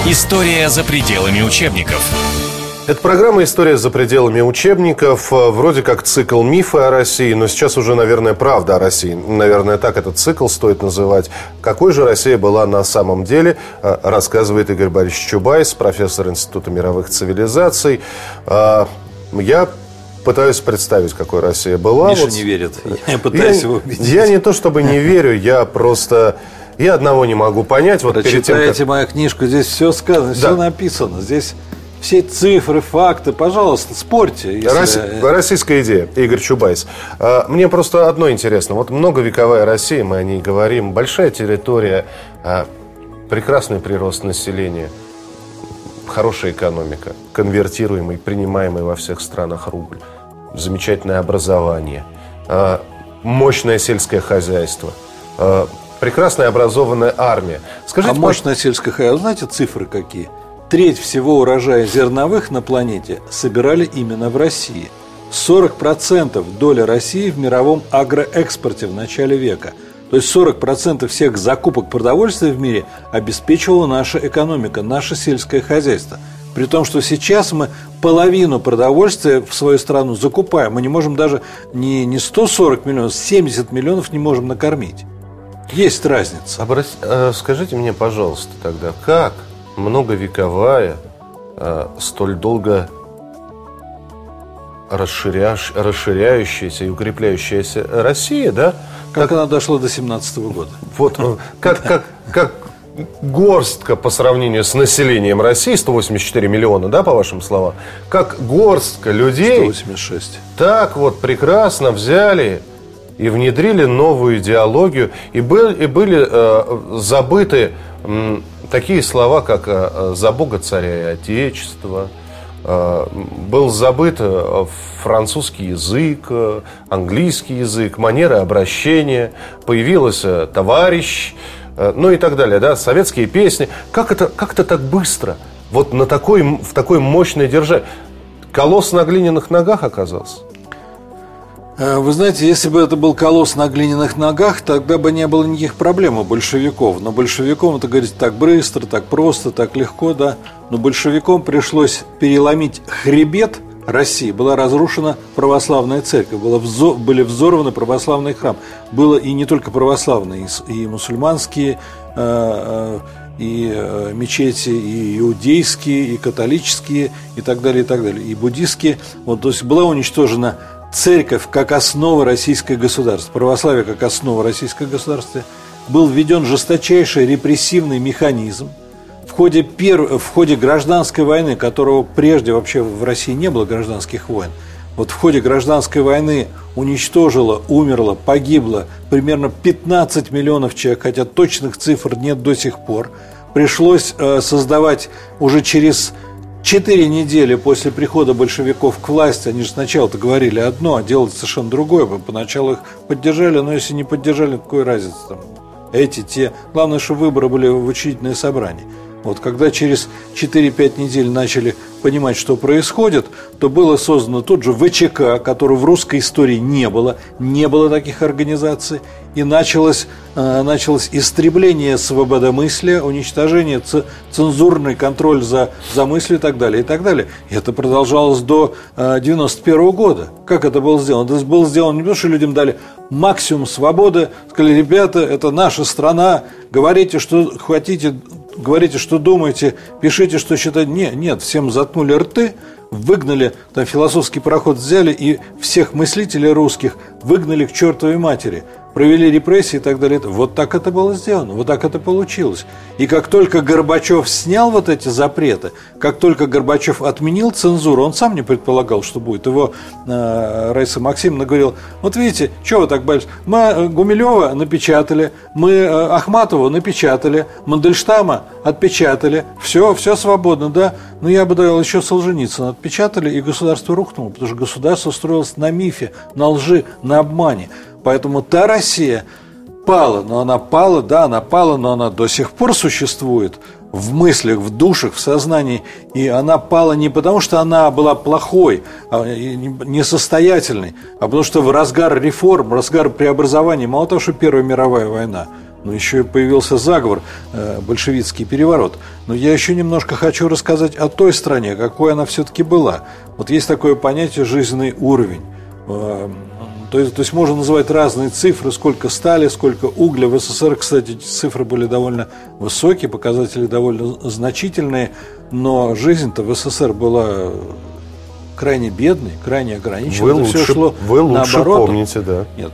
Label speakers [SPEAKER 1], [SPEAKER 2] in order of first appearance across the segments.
[SPEAKER 1] История за пределами учебников.
[SPEAKER 2] Это программа «История за пределами учебников». Вроде как цикл «Мифы о России», но сейчас уже, наверное, правда о России. Наверное, так этот цикл стоит называть. Какой же Россия была на самом деле, рассказывает Игорь Борисович Чубайс, профессор Института мировых цивилизаций. Я пытаюсь представить, какой Россия была.
[SPEAKER 3] Миша не верит. Я пытаюсь его убедить.
[SPEAKER 2] Я не то чтобы не верю, я просто... Я одного не могу понять. Вот
[SPEAKER 3] прочитайте мою книжку, здесь все сказано, все написано. Здесь все цифры, факты, пожалуйста, спорьте.
[SPEAKER 2] Российская идея, Игорь Чубайс. Мне просто одно интересно. Вот многовековая Россия, мы о ней говорим, большая территория, прекрасный прирост населения, хорошая экономика, конвертируемый, принимаемый во всех странах рубль, замечательное образование, мощное сельское хозяйство, прекрасная образованная армия. Скажите,
[SPEAKER 3] мощное сельское хозяйство, знаете, цифры какие? Треть всего урожая зерновых на планете собирали именно в России. 40% доля России в мировом агроэкспорте в начале века. То есть 40% всех закупок продовольствия в мире обеспечивала наша экономика, наше сельское хозяйство. При том, что сейчас мы половину продовольствия в свою страну закупаем. Мы не можем даже не 140 миллионов, 70 миллионов не можем накормить. Есть разница.
[SPEAKER 2] Скажите мне, пожалуйста, тогда, как многовековая, столь долго расширяющаяся и укрепляющаяся Россия, да?
[SPEAKER 3] Как она дошла до 17-го года?
[SPEAKER 2] Вот как горстка по сравнению с населением России, 184 миллиона, да, по вашим словам, как горстка людей
[SPEAKER 3] 186.
[SPEAKER 2] Так вот прекрасно взяли и внедрили новую идеологию, и были забыты такие слова, как «за Бога, царя и Отечества», был забыт французский язык, английский язык, манеры обращения, появилась «товарищ», ну и так далее, да, советские песни. Как это так быстро? Вот в такой мощной державе. Колосс на глиняных ногах оказался?
[SPEAKER 3] Вы знаете, если бы это был колосс на глиняных ногах, тогда бы не было никаких проблем у большевиков. Но большевикам это говорить так быстро, так просто, так легко, да. Но большевикам пришлось переломить хребет России. Была разрушена православная церковь, были взорваны православный храм. Было и не только православные, и мусульманские, и мечети, и иудейские, и католические, и так далее, и буддистские. Вот, то есть была уничтожена церковь как основа российского государства, православие как основа российского государства, был введен жесточайший репрессивный механизм. В ходе гражданской войны, которого прежде вообще в России не было гражданских войн, вот в ходе гражданской войны умерло, погибло примерно 15 миллионов человек, хотя точных цифр нет до сих пор. Пришлось создавать уже через 4 недели после прихода большевиков к власти, они же сначала-то говорили одно, а делали совершенно другое. Поначалу их поддержали, но если не поддержали, какой разница там? Те. Главное, что выборы были в учредительное собрание. Вот когда через 4-5 недель начали понимать, что происходит, то было создано тот же ВЧК, которого в русской истории не было таких организаций, и началось истребление свободомыслия, уничтожение, цензурный контроль за мыслью и так далее, и так далее. И это продолжалось до 91 года. Как это было сделано? Это было сделано не потому, что людям дали максимум свободы, сказали: ребята, это наша страна, говорите, что хотите, говорите, что думаете, пишите, что считаете. Нет, всем заткнули рты, выгнали, там философский пароход взяли и всех мыслителей русских выгнали к чертовой матери, провели репрессии и так далее. Вот так это было сделано, вот так это получилось. И как только Горбачев снял вот эти запреты, как только Горбачев отменил цензуру, он сам не предполагал, что будет. Его Раиса Максимовна говорила: вот видите, что вы так боитесь? Мы Гумилева напечатали, мы Ахматову напечатали, Мандельштама отпечатали, все свободно, да. Но я бы добавил, еще Солженицына отпечатали, и государство рухнуло, потому что государство строилось на мифе, на лжи, на обмане. Поэтому та Россия пала, но она пала, но она до сих пор существует в мыслях, в душах, в сознании. И она пала не потому, что она была плохой, несостоятельной, а потому что в разгар реформ, в разгар преобразований, мало того, что Первая мировая война, но еще и появился заговор, большевистский переворот. Но я еще немножко хочу рассказать о той стране, какой она все-таки была. Вот есть такое понятие «жизненный уровень». То есть можно называть разные цифры, сколько стали, сколько угля. В СССР, кстати, эти цифры были довольно высокие, показатели довольно значительные, но жизнь-то в СССР была крайне бедной, крайне ограниченной.
[SPEAKER 2] Вы лучше помните, да.
[SPEAKER 3] Нет,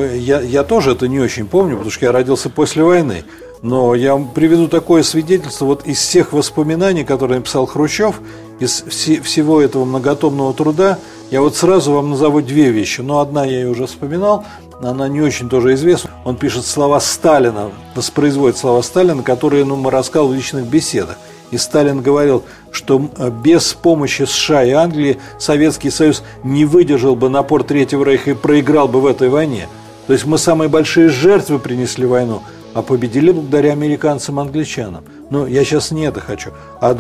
[SPEAKER 3] я тоже это не очень помню, потому что я родился после войны. Но я вам приведу такое свидетельство вот из всех воспоминаний, которые написал Хрущев, из всего этого многотомного труда. Я вот сразу вам назову две вещи. Но одна я ее уже вспоминал, она не очень тоже известна. Он пишет слова Сталина, воспроизводит слова Сталина, которые мы рассказывал в личных беседах. И Сталин говорил, что без помощи США и Англии Советский Союз не выдержал бы напор Третьего Рейха и проиграл бы в этой войне. То есть мы самые большие жертвы принесли войну, а победили благодаря американцам и англичанам. Но я сейчас не это хочу. А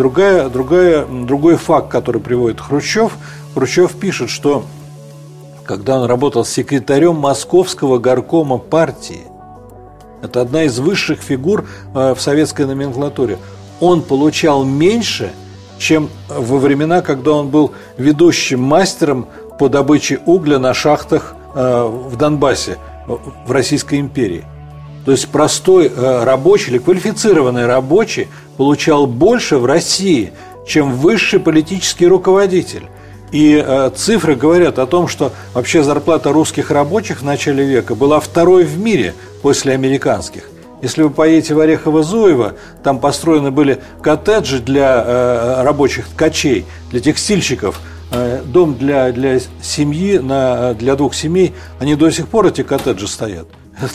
[SPEAKER 3] другой факт, который приводит Хрущев пишет, что когда он работал секретарем Московского горкома партии, это одна из высших фигур в советской номенклатуре, он получал меньше, чем во времена, когда он был ведущим мастером по добыче угля на шахтах в Донбассе, в Российской империи. То есть простой рабочий или квалифицированный рабочий получал больше в России, чем высший политический руководитель. И цифры говорят о том, что вообще зарплата русских рабочих в начале века была второй в мире после американских. Если вы поедете в Орехово-Зуево, там построены были коттеджи для рабочих ткачей, для текстильщиков, дом для семьи, для двух семей, они до сих пор, эти коттеджи, стоят.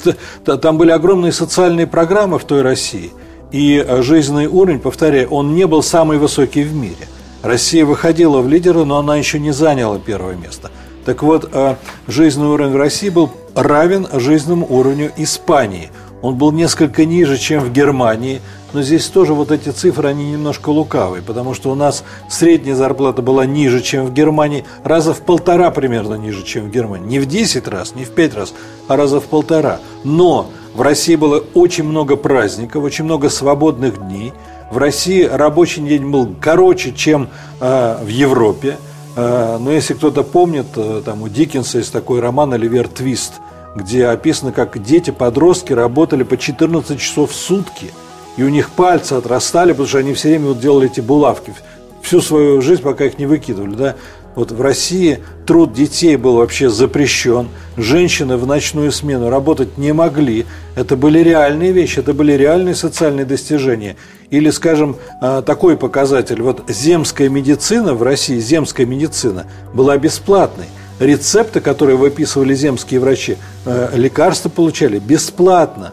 [SPEAKER 3] Там были огромные социальные программы в той России. И жизненный уровень, повторяю, он не был самый высокий в мире. Россия выходила в лидеры, но она еще не заняла первое место. Так вот, жизненный уровень в России был равен жизненному уровню Испании. Он был несколько ниже, чем в Германии. Но здесь тоже вот эти цифры, они немножко лукавые, потому что у нас средняя зарплата была ниже, чем в Германии, раза в 1,5 примерно ниже, чем в Германии. Не в 10 раз, не в 5 раз, а раза в 1,5. Но в России было очень много праздников, очень много свободных дней. В России рабочий день был короче, чем в Европе. Но если кто-то помнит, там у Диккенса есть такой роман «Оливер Твист», где описано, как дети-подростки работали по 14 часов в сутки, и у них пальцы отрастали, потому что они все время вот делали эти булавки всю свою жизнь, пока их не выкидывали, да? Вот в России труд детей был вообще запрещен, женщины в ночную смену работать не могли, это были реальные вещи, это были реальные социальные достижения. Или, скажем, такой показатель, вот земская медицина в России, земская медицина была бесплатной. Рецепты, которые выписывали земские врачи, лекарства получали бесплатно.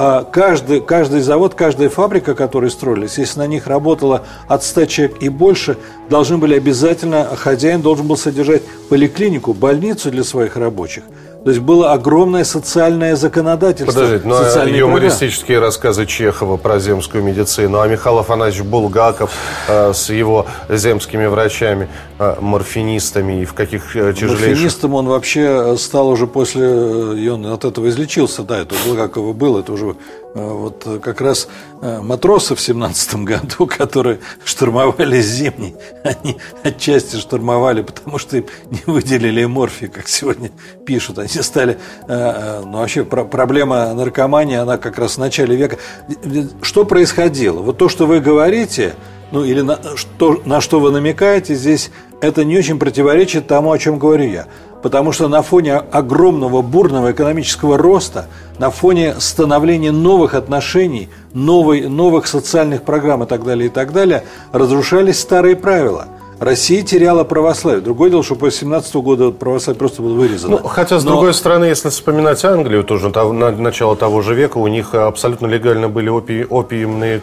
[SPEAKER 3] Каждый завод, каждая фабрика, которые строились, если на них работало от 100 человек и больше, должны были обязательно, хозяин должен был содержать поликлинику, больницу для своих рабочих. То есть было огромное социальное законодательство.
[SPEAKER 2] Подождите, но юмористические рассказы Чехова про земскую медицину, а Михаил Афанасьевич Булгаков с его земскими врачами, морфинистами и в каких тяжелейших... Морфинистом
[SPEAKER 3] он вообще стал уже после... И он от этого излечился, да, это у Булгакова было, это уже... Вот как раз матросы в 17 году, которые штурмовали Зимний, они отчасти штурмовали, потому что им не выделили морфий, как сегодня пишут. Они стали... Ну, вообще, проблема наркомании, она как раз в начале века... Что происходило? Вот то, что вы говорите, ну, или на что вы намекаете здесь, это не очень противоречит тому, о чем говорю я. Потому что на фоне огромного бурного экономического роста, на фоне становления новых отношений, новых социальных программ и так далее, разрушались старые правила. Россия теряла православие. Другое дело, что после 17 года православие просто было вырезано.
[SPEAKER 2] Ну, хотя, с другой стороны, если вспоминать Англию, тоже начало того же века, у них абсолютно легально были опиумные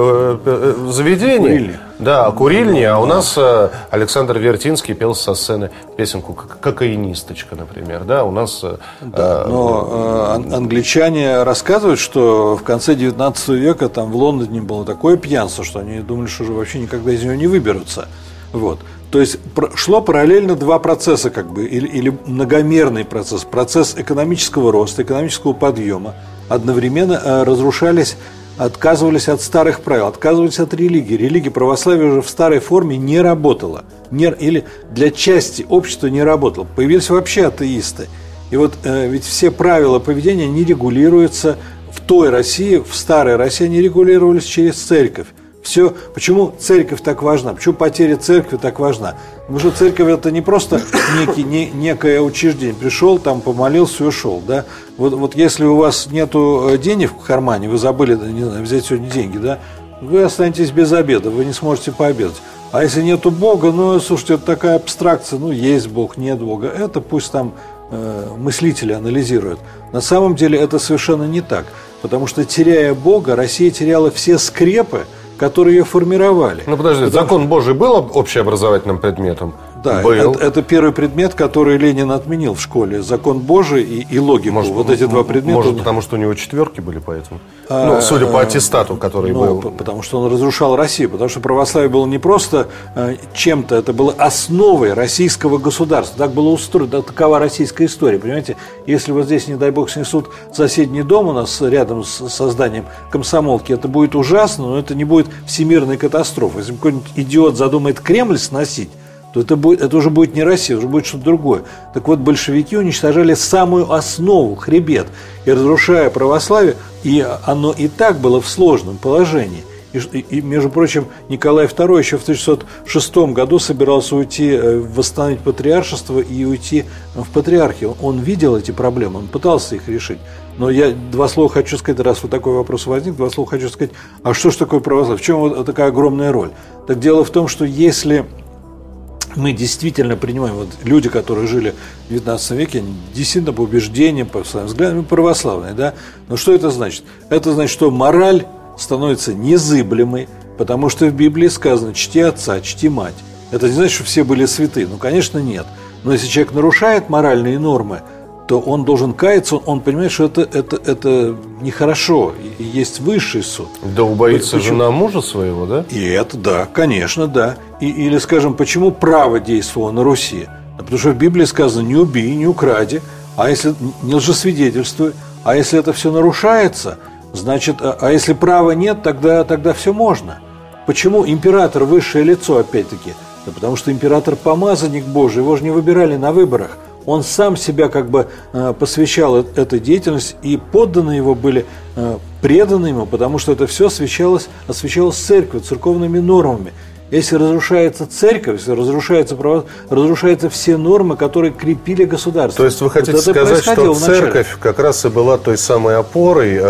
[SPEAKER 2] заведения. Курильни. Да, курильни. А у нас Александр Вертинский пел со сцены песенку «Кокаинисточка», например. Да, у нас...
[SPEAKER 3] Да, но англичане рассказывают, что в конце 19 века там в Лондоне было такое пьянство, что они думали, что уже вообще никогда из него не выберутся. Вот. То есть шло параллельно два процесса, как бы, или многомерный процесс. Процесс экономического роста, экономического подъема одновременно разрушались, отказывались от старых правил, отказывались от религии. Религия православия уже в старой форме не работала. Или для части общества не работала. Появились вообще атеисты. И вот ведь все правила поведения не регулируются в той России, в старой России они регулировались через церковь. Все, почему церковь так важна? Почему потеря церкви так важна? Потому что церковь это не просто некое учреждение. Пришел, там помолился и ушел. Да? Вот если у вас нету денег в кармане, вы забыли, не знаю, взять сегодня деньги, да, вы останетесь без обеда, вы не сможете пообедать. А если нету Бога, ну, слушайте, это такая абстракция, ну, есть Бог, нет Бога. Это пусть там мыслители анализируют. На самом деле это совершенно не так. Потому что, теряя Бога, Россия теряла все скрепы, которые ее формировали.
[SPEAKER 2] Ну, подожди, закон Божий был общеобразовательным предметом?
[SPEAKER 3] Да, это первый предмет, который Ленин отменил в школе. Закон Божий и логику.
[SPEAKER 2] Может,
[SPEAKER 3] вот эти два предмета.
[SPEAKER 2] Может, потому что у него четверки были, поэтому? Судя по аттестату, который был.
[SPEAKER 3] Потому что он разрушал Россию. Потому что православие было не просто чем-то, это было основой российского государства. Так было устроено, такова российская история. Понимаете, если вот здесь, не дай бог, снесут соседний дом у нас рядом с созданием комсомолки, это будет ужасно, но это не будет всемирной катастрофой. Если какой-нибудь идиот задумает Кремль сносить, то это уже будет не Россия, уже будет что-то другое. Так вот, большевики уничтожали самую основу, хребет. И разрушая православие, и оно и так было в сложном положении. И, между прочим, Николай II еще в 1606 году собирался уйти, восстановить патриаршество и уйти в патриархию. Он видел эти проблемы, он пытался их решить. Но я два слова хочу сказать, раз вот такой вопрос возник, два слова хочу сказать, а что же такое православие? В чем вот такая огромная роль? Так дело в том, что если мы действительно принимаем, вот люди, которые жили в 19 веке, они действительно по убеждениям, по своим взглядам православные, да? Но что это значит? Это значит, что мораль становится незыблемой, потому что в Библии сказано «чти отца, чти мать». Это не значит, что все были святы, ну, конечно, нет. Но если человек нарушает моральные нормы, то он должен каяться, он понимает, что это нехорошо, и есть высший суд.
[SPEAKER 2] Да убоится жена мужа своего, да?
[SPEAKER 3] И это, да, конечно, да. Или, скажем, почему право действовало на Руси? Потому что в Библии сказано «не убей, не укради», а если не лжесвидетельствуй, а если это все нарушается, значит, а если права нет, тогда все можно. Почему император высшее лицо, опять-таки? Да потому что император помазанник Божий, его же не выбирали на выборах. Он сам себя как бы посвящал этой деятельности, и подданные его были преданы ему, потому что это все освещалось церковью, церковными нормами. Если разрушается церковь, если разрушается право, разрушаются все нормы, которые крепили государство.
[SPEAKER 2] То есть вы хотите сказать, что церковь как раз и была той самой опорой,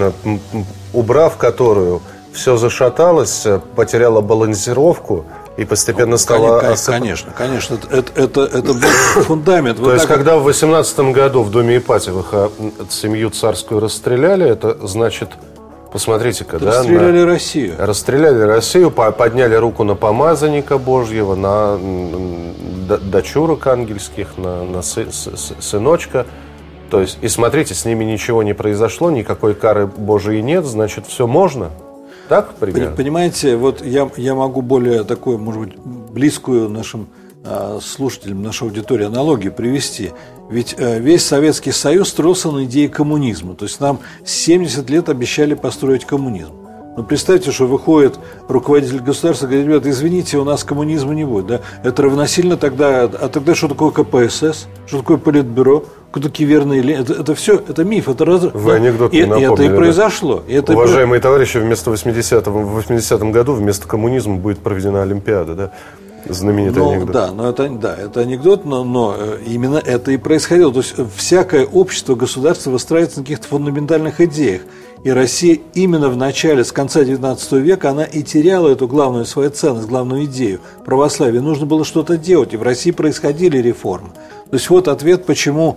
[SPEAKER 2] убрав которую все зашаталось, потеряло балансировку и постепенно стало...
[SPEAKER 3] Конечно. Это был фундамент.
[SPEAKER 2] То есть, когда в 18 году в доме Ипатьевых семью царскую расстреляли, это значит... Посмотрите-ка, да?
[SPEAKER 3] Расстреляли Россию.
[SPEAKER 2] Расстреляли Россию, подняли руку на помазанника Божьего, на дочурок ангельских, на сыночка. То есть, и смотрите, с ними ничего не произошло, никакой кары Божией нет, значит, все можно. Так, примерно?
[SPEAKER 3] Понимаете, вот я могу более такую, может быть, близкую нашим слушателям, нашей аудитории аналогию привести. Ведь весь Советский Союз строился на идее коммунизма. То есть нам 70 лет обещали построить коммунизм. Но представьте, что выходит руководитель государства и говорит: ребята, извините, у нас коммунизма не будет. Да? Это равносильно тогда... А тогда что такое КПСС? Что такое Политбюро? Кто такие верные линии? Это все, это миф, это
[SPEAKER 2] Вы анекдот не напомнили.
[SPEAKER 3] Это и произошло.
[SPEAKER 2] Да? Уважаемые товарищи, в 80-м году вместо коммунизма будет проведена Олимпиада, да? Знаменитый анекдот.
[SPEAKER 3] Да, это анекдот, но именно это и происходило. То есть всякое общество, государство выстраивается на каких-то фундаментальных идеях. И Россия именно в начале, с конца XIX века, она и теряла эту главную свою ценность, главную идею православия. Нужно было что-то делать, и в России происходили реформы. То есть вот ответ, почему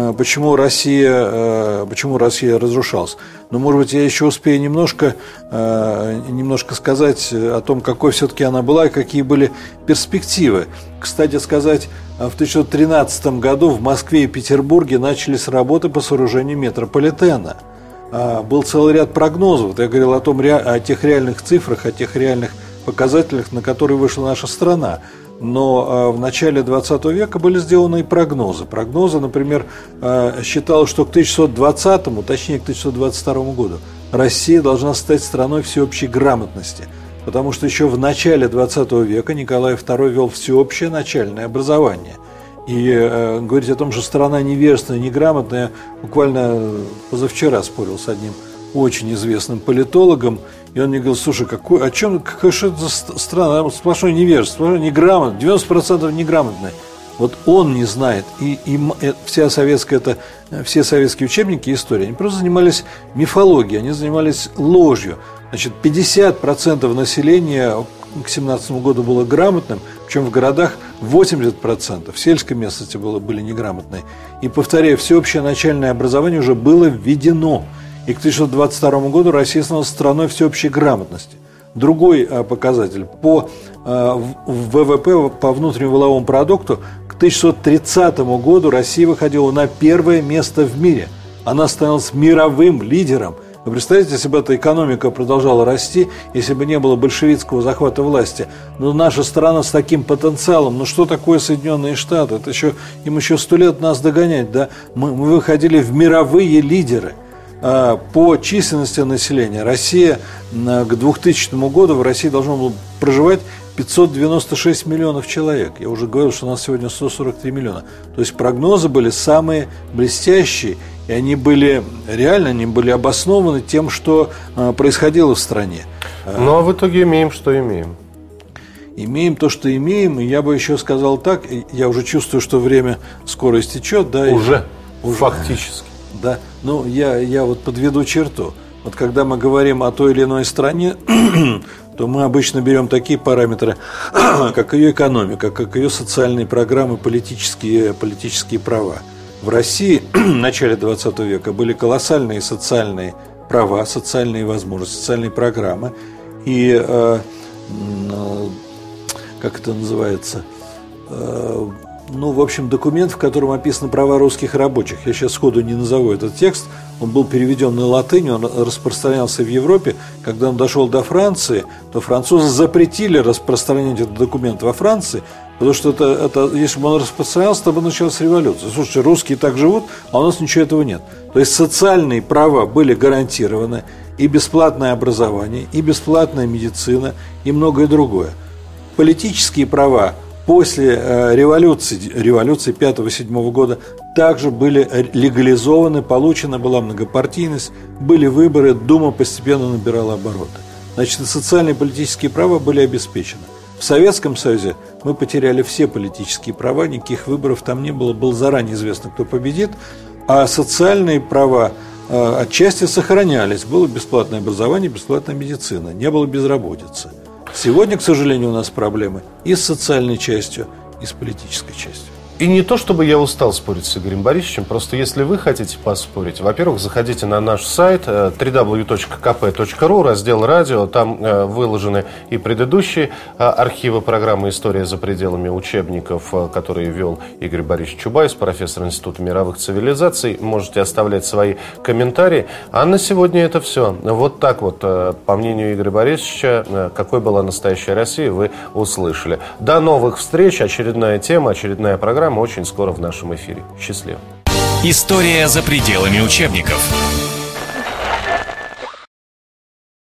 [SPEAKER 3] Россия разрушалась. Но, может быть, я еще успею немножко сказать о том, какой все-таки она была и какие были перспективы. Кстати сказать, в 1913 году в Москве и Петербурге начались работы по сооружению метрополитена. Был целый ряд прогнозов. Я говорил о тех реальных цифрах, о тех реальных показателях, на которые вышла наша страна. Но в начале 20 века были сделаны и прогнозы. Прогнозы, например, считалось, что к 1620, точнее к 1622 году Россия должна стать страной всеобщей грамотности. Потому что еще в начале 20 века Николай II ввел всеобщее начальное образование. И говорить о том, что страна невежественная, неграмотная, буквально позавчера спорил с одним очень известным политологом. И он мне говорил: слушай, что это за страна? Сплошное невежество, сплошное неграмотное, 90% неграмотное. Вот он не знает. И все советские учебники истории, они просто занимались мифологией, они занимались ложью. Значит, 50% населения к 17 году было грамотным, причем в городах 80%, в сельской местности были неграмотные. И, повторяю, всеобщее начальное образование уже было введено. И к 1922 году Россия становилась страной всеобщей грамотности. Другой показатель по ВВП, по внутреннему валовому продукту, к 1930 году Россия выходила на первое место в мире. Она становилась мировым лидером. Вы представляете, если бы эта экономика продолжала расти, если бы не было большевистского захвата власти, но наша страна с таким потенциалом, ну что такое Соединенные Штаты? Им еще 100 лет нас догонять, да? Мы выходили в мировые лидеры. По численности населения Россия к 2000 году в России должно было проживать 596 миллионов человек. Я уже говорил, что у нас сегодня 143 миллиона. То есть прогнозы были самые блестящие, и они были обоснованы тем, что происходило в стране.
[SPEAKER 2] Ну а в итоге имеем, что имеем.
[SPEAKER 3] Имеем то, что имеем, и я бы еще сказал так, я уже чувствую, что время скоро истечет. Да,
[SPEAKER 2] уже. Фактически.
[SPEAKER 3] Да, ну я вот подведу черту. Вот когда мы говорим о той или иной стране, то мы обычно берем такие параметры, как ее экономика, как ее социальные программы, политические права. В России в начале 20 века были колоссальные социальные права, социальные возможности, социальные программы. И, как это называется, в общем, документ, в котором описаны права русских рабочих. Я сейчас сходу не назову этот текст. Он был переведен на латынь, он распространялся в Европе. Когда он дошел до Франции, то французы запретили распространять этот документ во Франции, потому что если бы он распространялся, то бы началась революция. Слушайте, русские так живут, а у нас ничего этого нет. То есть социальные права были гарантированы, и бесплатное образование, и бесплатная медицина, и многое другое. Политические права после революции 5-7 года также были легализованы, получена была многопартийность, были выборы, Дума постепенно набирала обороты. Значит, социальные и политические права были обеспечены. В Советском Союзе мы потеряли все политические права, никаких выборов там не было, было заранее известно, кто победит, а социальные права отчасти сохранялись. Было бесплатное образование, бесплатная медицина, не было безработицы. Сегодня, к сожалению, у нас проблемы и с социальной частью, и с политической частью.
[SPEAKER 2] И не то, чтобы я устал спорить с Игорем Борисовичем, просто если вы хотите поспорить, во-первых, заходите на наш сайт www.kp.ru, раздел «Радио», там выложены и предыдущие архивы программы «История за пределами учебников», которые вел Игорь Борисович Чубайс, профессор Института мировых цивилизаций. Можете оставлять свои комментарии. А на сегодня это все. Вот так вот, по мнению Игоря Борисовича, какой была настоящая Россия, вы услышали. До новых встреч, очередная тема, очередная программа очень скоро в нашем эфире. Счастливо.
[SPEAKER 1] История за пределами учебников.